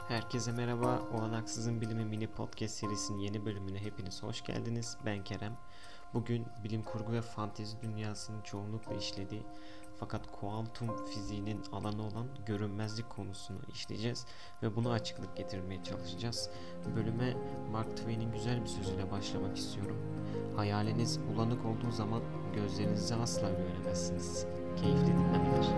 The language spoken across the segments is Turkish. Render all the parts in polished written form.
Herkese merhaba. Olanaksızın Bilimi mini podcast serisinin yeni bölümüne hepiniz hoş geldiniz. Ben Kerem. Bugün bilim kurgu ve fantezi dünyasının çoğunlukla işlediği fakat kuantum fiziğinin alanı olan görünmezlik konusunu işleyeceğiz ve buna açıklık getirmeye çalışacağız. Bölüme Mark Twain'in güzel bir sözüyle başlamak istiyorum. Hayaliniz bulanık olduğu zaman gözlerinizi asla göremezsiniz. Keyifli dinlemeler.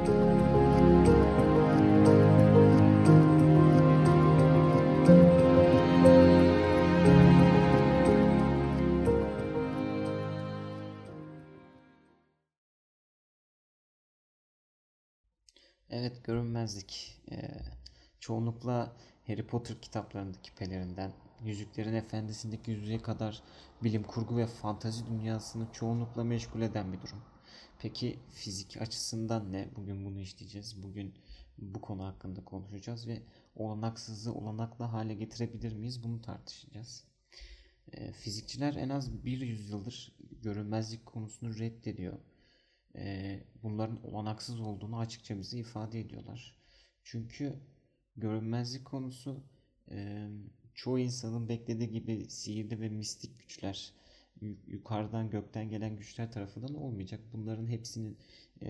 Evet, görünmezlik. Çoğunlukla Harry Potter kitaplarındaki pelerinden, Yüzüklerin Efendisi'ndeki yüzüğe kadar bilim kurgu ve fantazi dünyasını çoğunlukla meşgul eden bir durum. Peki fizik açısından ne? Bugün bunu işleyeceğiz. Bugün bu konu hakkında konuşacağız ve olanaksızı olanaklı hale getirebilir miyiz? Bunu tartışacağız. Fizikçiler en az bir yüzyıldır görünmezlik konusunu reddediyor. Bunların olanaksız olduğunu açıkça bize ifade ediyorlar. Çünkü görünmezlik konusu çoğu insanın beklediği gibi sihirli ve mistik güçler, yukarıdan gökten gelen güçler tarafından olmayacak. Bunların hepsinin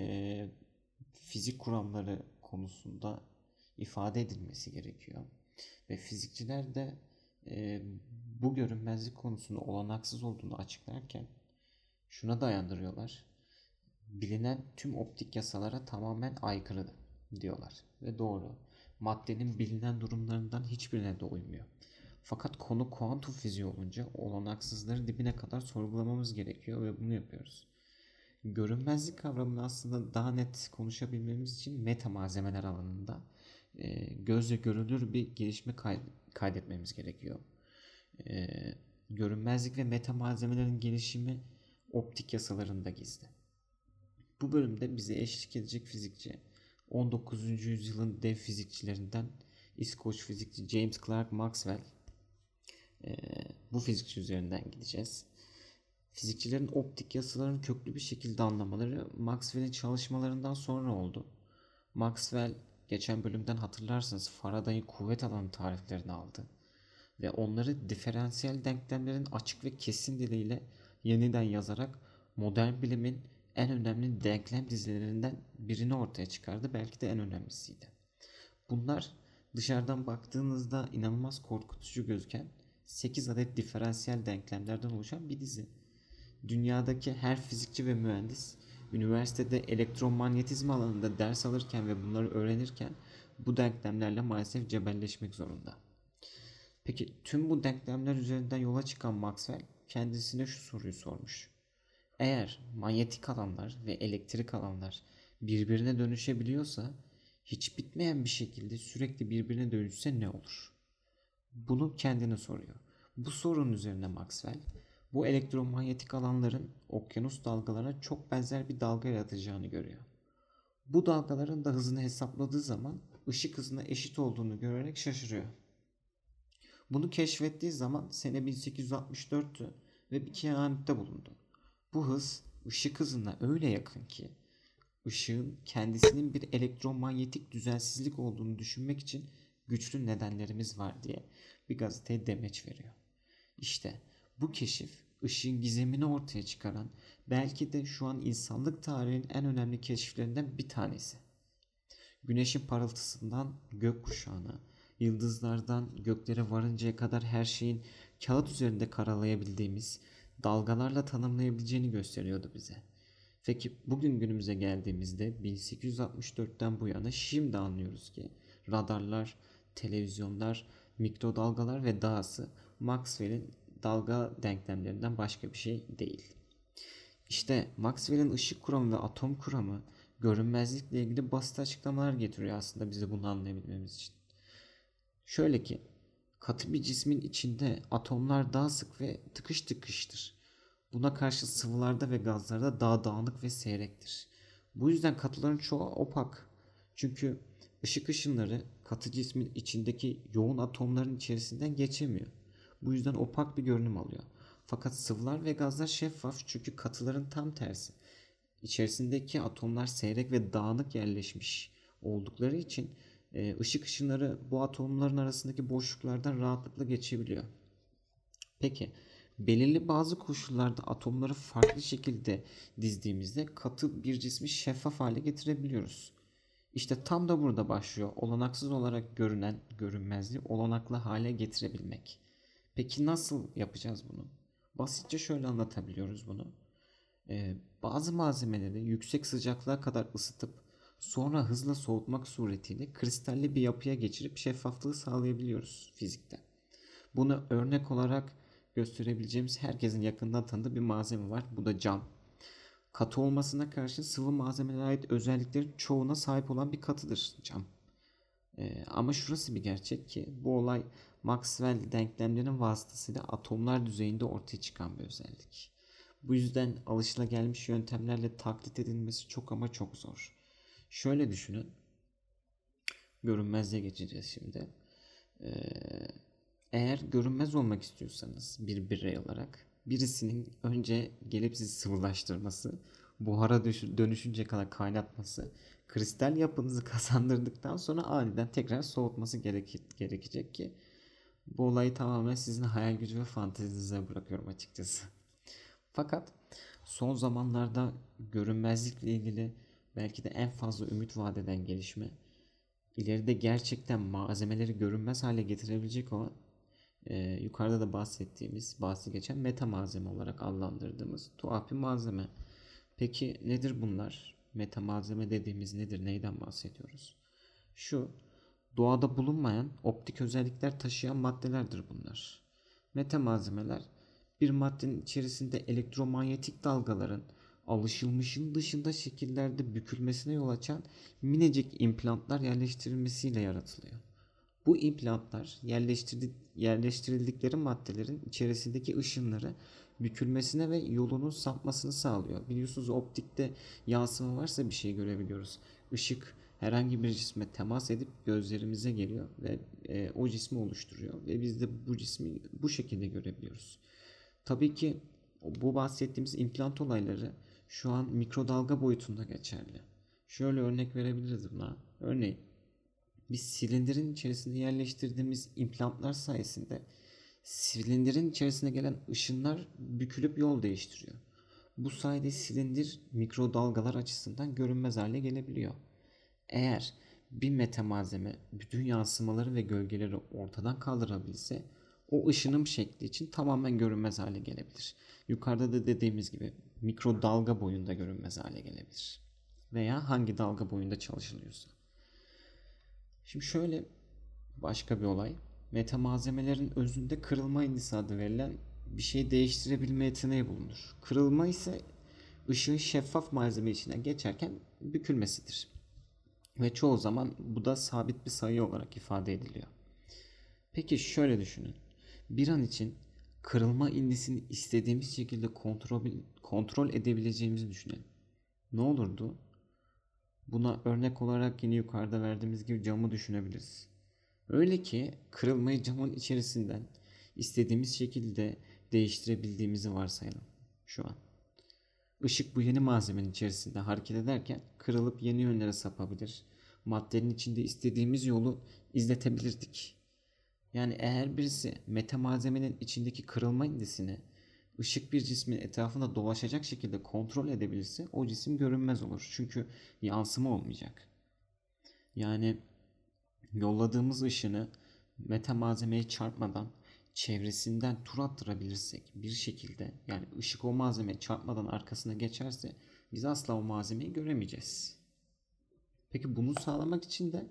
fizik kuramları konusunda ifade edilmesi gerekiyor. Ve fizikçiler de e, bu görünmezlik konusunun olanaksız olduğunu açıklarken şuna dayandırıyorlar: bilinen tüm optik yasalara tamamen aykırı diyorlar. Ve doğru. Maddenin bilinen durumlarından hiçbirine de uymuyor. Fakat konu kuantum fiziği olunca olanaksızları dibine kadar sorgulamamız gerekiyor ve bunu yapıyoruz. Görünmezlik kavramını aslında daha net konuşabilmemiz için meta malzemeler alanında gözle görülür bir gelişme kaydetmemiz gerekiyor. E, Görünmezlik ve meta malzemelerin gelişimi optik yasalarında gizli. Bu bölümde bize eşlik edecek fizikçi 19. yüzyılın dev fizikçilerinden İskoç fizikçi James Clerk Maxwell. Ee, Bu fizikçi üzerinden gideceğiz. Fizikçilerin optik yasalarını köklü bir şekilde anlamaları Maxwell'in çalışmalarından sonra oldu. Maxwell, geçen bölümden hatırlarsınız, Faraday'ın kuvvet alanı tariflerini aldı ve onları diferansiyel denklemlerin açık ve kesin diliyle yeniden yazarak modern bilimin en önemli denklem dizilerinden birini ortaya çıkardı. Belki de en önemlisiydi. Bunlar dışarıdan baktığınızda inanılmaz korkutucu gözüken 8 adet diferansiyel denklemlerden oluşan bir dizi. Dünyadaki her fizikçi ve mühendis üniversitede elektromanyetizma alanında ders alırken ve bunları öğrenirken bu denklemlerle maalesef cebelleşmek zorunda. Peki tüm bu denklemler üzerinden yola çıkan Maxwell kendisine şu soruyu sormuş: eğer manyetik alanlar ve elektrik alanlar birbirine dönüşebiliyorsa, hiç bitmeyen bir şekilde sürekli birbirine dönüşse ne olur? Bunu kendine soruyor. Bu sorunun üzerine Maxwell, bu elektromanyetik alanların okyanus dalgalarına çok benzer bir dalga yaratacağını görüyor. Bu dalgaların da hızını hesapladığı zaman ışık hızına eşit olduğunu görerek şaşırıyor. Bunu keşfettiği zaman sene 1864'tü ve bir kehanette bulundu. Bu hız ışık hızına öyle yakın ki ışığın kendisinin bir elektromanyetik düzensizlik olduğunu düşünmek için güçlü nedenlerimiz var diye bir gazeteye demeç veriyor. İşte bu keşif ışığın gizemini ortaya çıkaran, belki de şu an insanlık tarihinin en önemli keşiflerinden bir tanesi. Güneşin parıltısından gökkuşağına, yıldızlardan göklere varıncaya kadar her şeyin kağıt üzerinde karalayabildiğimiz, dalgalarla tanımlayabileceğini gösteriyordu bize. Peki bugün günümüze geldiğimizde 1864'ten bu yana şimdi anlıyoruz ki radarlar, televizyonlar, mikrodalgalar ve dahası Maxwell'in dalga denklemlerinden başka bir şey değil. İşte Maxwell'in ışık kuramı ve atom kuramı görünmezlikle ilgili basit açıklamalar getiriyor aslında bize bunu anlayabilmemiz için. Şöyle ki, katı bir cismin içinde atomlar daha sık ve tıkış tıkıştır. Buna karşı sıvılarda ve gazlarda daha dağınık ve seyrektir. Bu yüzden katıların çoğu opak. Çünkü ışık ışınları katı cismin içindeki yoğun atomların içerisinden geçemiyor. Bu yüzden opak bir görünüm alıyor. Fakat sıvılar ve gazlar şeffaf, çünkü katıların tam tersi. İçerisindeki atomlar seyrek ve dağınık yerleşmiş oldukları için ışık ışınları bu atomların arasındaki boşluklardan rahatlıkla geçebiliyor. Peki belirli bazı koşullarda atomları farklı şekilde dizdiğimizde katı bir cismi şeffaf hale getirebiliyoruz. İşte tam da burada başlıyor olanaksız olarak görünen görünmezliği olanaklı hale getirebilmek. Peki nasıl yapacağız bunu? Basitçe şöyle anlatabiliyoruz bunu. Bazı malzemeleri yüksek sıcaklığa kadar ısıtıp sonra hızla soğutmak suretiyle kristalli bir yapıya geçirip şeffaflığı sağlayabiliyoruz fizikte. Bunu örnek olarak gösterebileceğimiz herkesin yakından tanıdığı bir malzeme var. Bu da cam. Katı olmasına karşın sıvı malzemelere ait özelliklerin çoğuna sahip olan bir katıdır cam. Ama şurası bir gerçek ki bu olay Maxwell denklemlerinin vasıtasıyla atomlar düzeyinde ortaya çıkan bir özellik. Bu yüzden alışılagelmiş yöntemlerle taklit edilmesi çok ama çok zor. Şöyle düşünün. Görünmezliğe geçeceğiz şimdi. Ee, Eğer görünmez olmak istiyorsanız bir birey olarak birisinin önce gelip sizi sıvılaştırması, buhara dönüşünce kadar kaynatması, kristal yapınızı kazandırdıktan sonra aniden tekrar soğutması gerekecek ki bu olayı tamamen sizin hayal gücü ve fantezinize bırakıyorum açıkçası. Fakat son zamanlarda görünmezlikle ilgili belki de en fazla ümit vaat eden gelişme, ileride gerçekten malzemeleri görünmez hale getirebilecek olan yukarıda da bahsi geçen meta malzeme olarak adlandırdığımız tuhaf bir malzeme. Peki nedir bunlar? Meta malzeme dediğimiz nedir? Neyden bahsediyoruz? Şu, doğada bulunmayan optik özellikler taşıyan maddelerdir bunlar. Meta malzemeler bir maddenin içerisinde elektromanyetik dalgaların alışılmışın dışında şekillerde bükülmesine yol açan minicik implantlar yerleştirilmesiyle yaratılıyor. Bu implantlar yerleştirildikleri maddelerin içerisindeki ışınları bükülmesine ve yolunun sapmasını sağlıyor. Biliyorsunuz optikte yansıma varsa bir şey görebiliyoruz. Işık herhangi bir cisme temas edip gözlerimize geliyor ve o cismi oluşturuyor ve biz de bu cismi bu şekilde görebiliyoruz. Tabii ki bu bahsettiğimiz implant olayları şu an mikrodalga boyutunda geçerli. Şöyle örnek verebiliriz buna. Örneğin biz silindirin içerisinde yerleştirdiğimiz implantlar sayesinde silindirin içerisine gelen ışınlar bükülüp yol değiştiriyor. Bu sayede silindir mikrodalgalar açısından görünmez hale gelebiliyor. Eğer bir meta malzeme bütün yansımaları ve gölgeleri ortadan kaldırabilse o ışınım şekli için tamamen görünmez hale gelebilir. Yukarıda da dediğimiz gibi mikrodalga boyunda görünmez hale gelebilir. Veya hangi dalga boyunda çalışılıyorsa. Şimdi şöyle başka bir olay. Meta malzemelerin özünde kırılma indisi adı verilen bir şey değiştirebilme yeteneği bulunur. Kırılma ise ışığın şeffaf malzeme içine geçerken bükülmesidir. Ve çoğu zaman bu da sabit bir sayı olarak ifade ediliyor. Peki şöyle düşünün. Bir an için kırılma indisini istediğimiz şekilde kontrol edebileceğimizi düşünelim. Ne olurdu? Buna örnek olarak yine yukarıda verdiğimiz gibi camı düşünebiliriz. Öyle ki kırılmayı camın içerisinden istediğimiz şekilde değiştirebildiğimizi varsayalım şu an. Işık bu yeni malzemenin içerisinde hareket ederken kırılıp yeni yönlere sapabilir. Maddenin içinde istediğimiz yolu izletebilirdik. Yani eğer birisi meta malzemenin içindeki kırılma indisini ışık bir cismin etrafında dolaşacak şekilde kontrol edebilirse o cisim görünmez olur. Çünkü yansıma olmayacak. Yani yolladığımız ışını meta malzemeye çarpmadan çevresinden tur attırabilirsek bir şekilde, yani ışık o malzemeye çarpmadan arkasına geçerse biz asla o malzemeyi göremeyeceğiz. Peki bunu sağlamak için de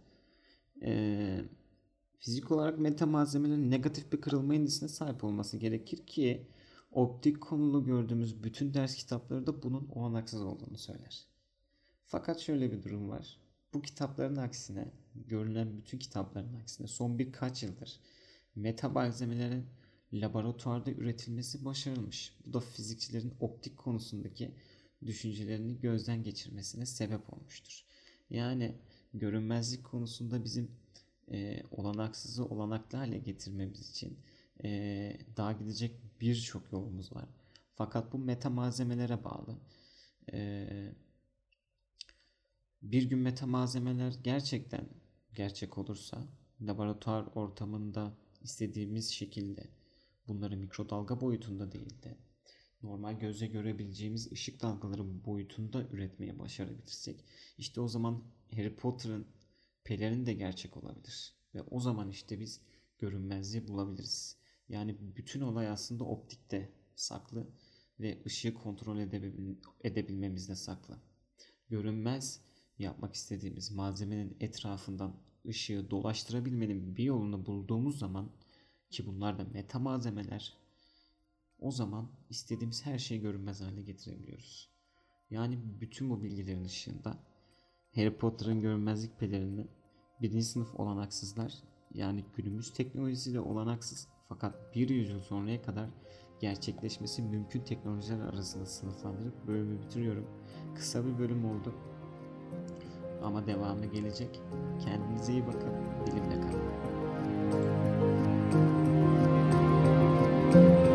fizik olarak meta malzemelerin negatif bir kırılma indisine sahip olması gerekir ki optik konulu gördüğümüz bütün ders kitapları da bunun olanaksız olduğunu söyler. Fakat şöyle bir durum var. Bu kitapların aksine, görülen bütün kitapların aksine son birkaç yıldır meta malzemelerin laboratuvarda üretilmesi başarılmış. Bu da fizikçilerin optik konusundaki düşüncelerini gözden geçirmesine sebep olmuştur. Yani görünmezlik konusunda bizim olanaksızı olanaklı hale getirmemiz için daha gidecek birçok yolumuz var. Fakat bu meta malzemelere bağlı. Bir gün meta malzemeler gerçekten gerçek olursa laboratuvar ortamında istediğimiz şekilde bunları mikrodalga boyutunda değil de normal gözle görebileceğimiz ışık dalgaları boyutunda üretmeye başarabilirsek işte o zaman Harry Potter'ın pelerini de gerçek olabilir. Ve o zaman işte biz görünmezliği bulabiliriz. Yani bütün olay aslında optikte saklı ve ışığı kontrol edebilmemizde saklı. Görünmez yapmak istediğimiz malzemenin etrafından ışığı dolaştırabilmenin bir yolunu bulduğumuz zaman, ki bunlar da meta malzemeler, o zaman istediğimiz her şeyi görünmez hale getirebiliyoruz. Yani bütün bu bilgilerin ışığında Harry Potter'ın görünmezlik pelerini birinci sınıf olanaksızlar, yani günümüz teknolojisiyle olanaksız fakat bir yüzyıl sonraya kadar gerçekleşmesi mümkün teknolojiler arasında sınıflandırıp bölümü bitiriyorum. Kısa bir bölüm oldu ama devamı gelecek. Kendinize iyi bakın. Bilimle kalın.